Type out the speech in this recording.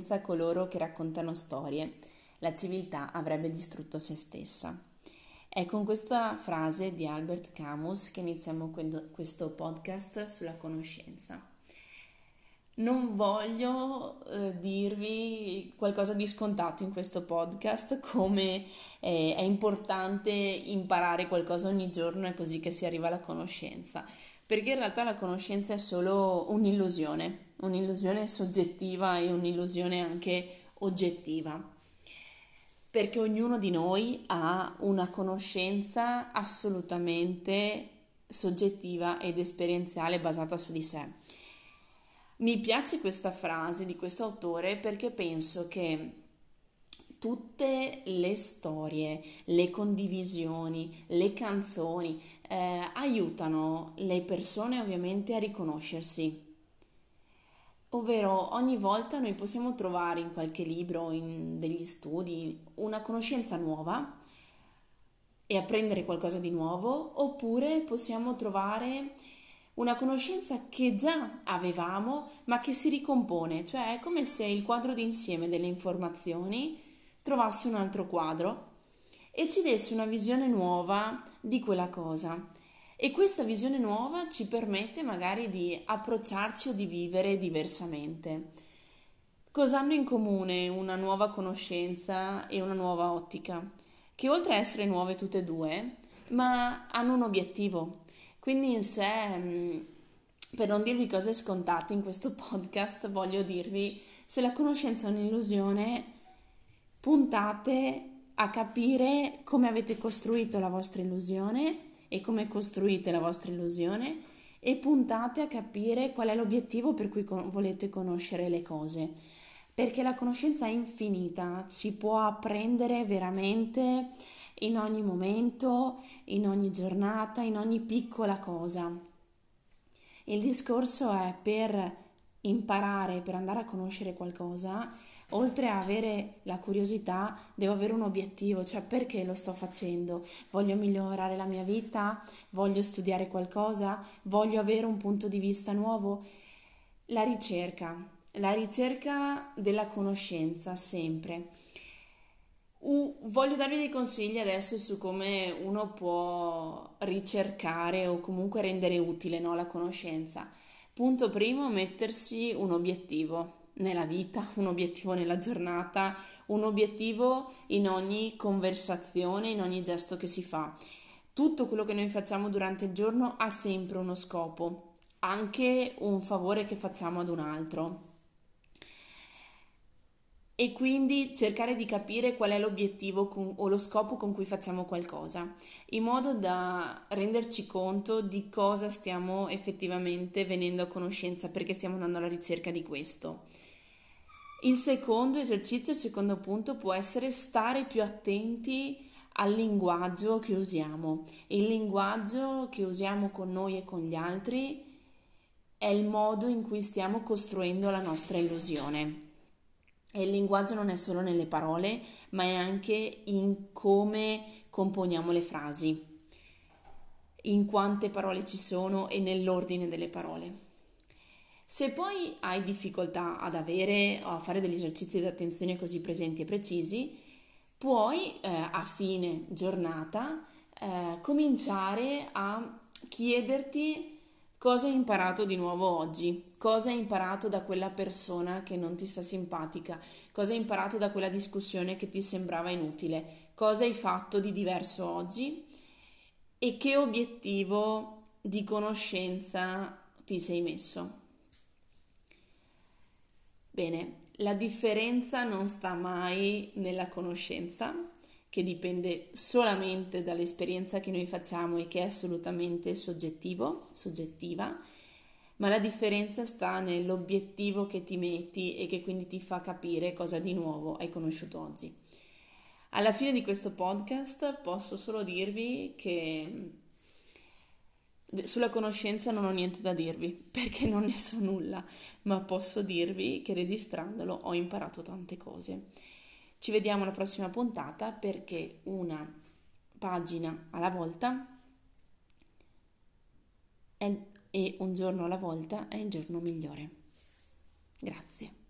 senza coloro che raccontano storie, la civiltà avrebbe distrutto se stessa. È con questa frase di Albert Camus che iniziamo questo podcast sulla conoscenza. Non voglio dirvi qualcosa di scontato in questo podcast, come è importante imparare qualcosa ogni giorno e così che si arriva alla conoscenza, perché in realtà la conoscenza è solo un'illusione soggettiva e un'illusione anche oggettiva, perché ognuno di noi ha una conoscenza assolutamente soggettiva ed esperienziale basata su di sé. Mi piace questa frase di questo autore perché penso che tutte le storie, le condivisioni, le canzoni aiutano le persone ovviamente a riconoscersi. Ovvero ogni volta noi possiamo trovare in qualche libro, in degli studi, una conoscenza nuova e apprendere qualcosa di nuovo, oppure possiamo trovare una conoscenza che già avevamo ma che si ricompone, cioè è come se il quadro d'insieme delle informazioni trovasse un altro quadro e ci desse una visione nuova di quella cosa. E questa visione nuova ci permette magari di approcciarci o di vivere diversamente. Cosa hanno in comune una nuova conoscenza e una nuova ottica? Che oltre a essere nuove tutte e due, ma hanno un obiettivo. Quindi in sé, per non dirvi cose scontate in questo podcast, voglio dirvi, se la conoscenza è un'illusione, puntate a capire come avete costruito la vostra illusione e come costruite la vostra illusione e puntate a capire qual è l'obiettivo per cui volete conoscere le cose. Perché la conoscenza è infinita, si può apprendere veramente in ogni momento, in ogni giornata, in ogni piccola cosa. Il discorso è per imparare, per andare a conoscere qualcosa, oltre a avere la curiosità, devo avere un obiettivo, cioè perché lo sto facendo? Voglio migliorare la mia vita? Voglio studiare qualcosa? Voglio avere un punto di vista nuovo? La ricerca della conoscenza, sempre. Voglio darvi dei consigli adesso su come uno può ricercare o comunque rendere utile, no, la conoscenza. Punto primo, mettersi un obiettivo nella vita, un obiettivo nella giornata, un obiettivo in ogni conversazione, in ogni gesto che si fa. Tutto quello che noi facciamo durante il giorno ha sempre uno scopo, anche un favore che facciamo ad un altro. E quindi cercare di capire qual è l'obiettivo o lo scopo con cui facciamo qualcosa, in modo da renderci conto di cosa stiamo effettivamente venendo a conoscenza, perché stiamo andando alla ricerca di questo. Il secondo esercizio, il secondo punto può essere stare più attenti al linguaggio che usiamo. Il linguaggio che usiamo con noi e con gli altri è il modo in cui stiamo costruendo la nostra illusione. E il linguaggio non è solo nelle parole, ma è anche in come componiamo le frasi, in quante parole ci sono e nell'ordine delle parole. Se poi hai difficoltà ad avere o a fare degli esercizi di attenzione così presenti e precisi, puoi a fine giornata cominciare a chiederti cosa hai imparato di nuovo oggi, cosa hai imparato da quella persona che non ti sta simpatica, cosa hai imparato da quella discussione che ti sembrava inutile, cosa hai fatto di diverso oggi e che obiettivo di conoscenza ti sei messo. Bene, la differenza non sta mai nella conoscenza, che dipende solamente dall'esperienza che noi facciamo e che è assolutamente soggettiva, ma la differenza sta nell'obiettivo che ti metti e che quindi ti fa capire cosa di nuovo hai conosciuto oggi. Alla fine di questo podcast posso solo dirvi che sulla conoscenza non ho niente da dirvi perché non ne so nulla, ma posso dirvi che registrandolo ho imparato tante cose. Ci vediamo alla prossima puntata perché una pagina alla volta e un giorno alla volta è il giorno migliore. Grazie.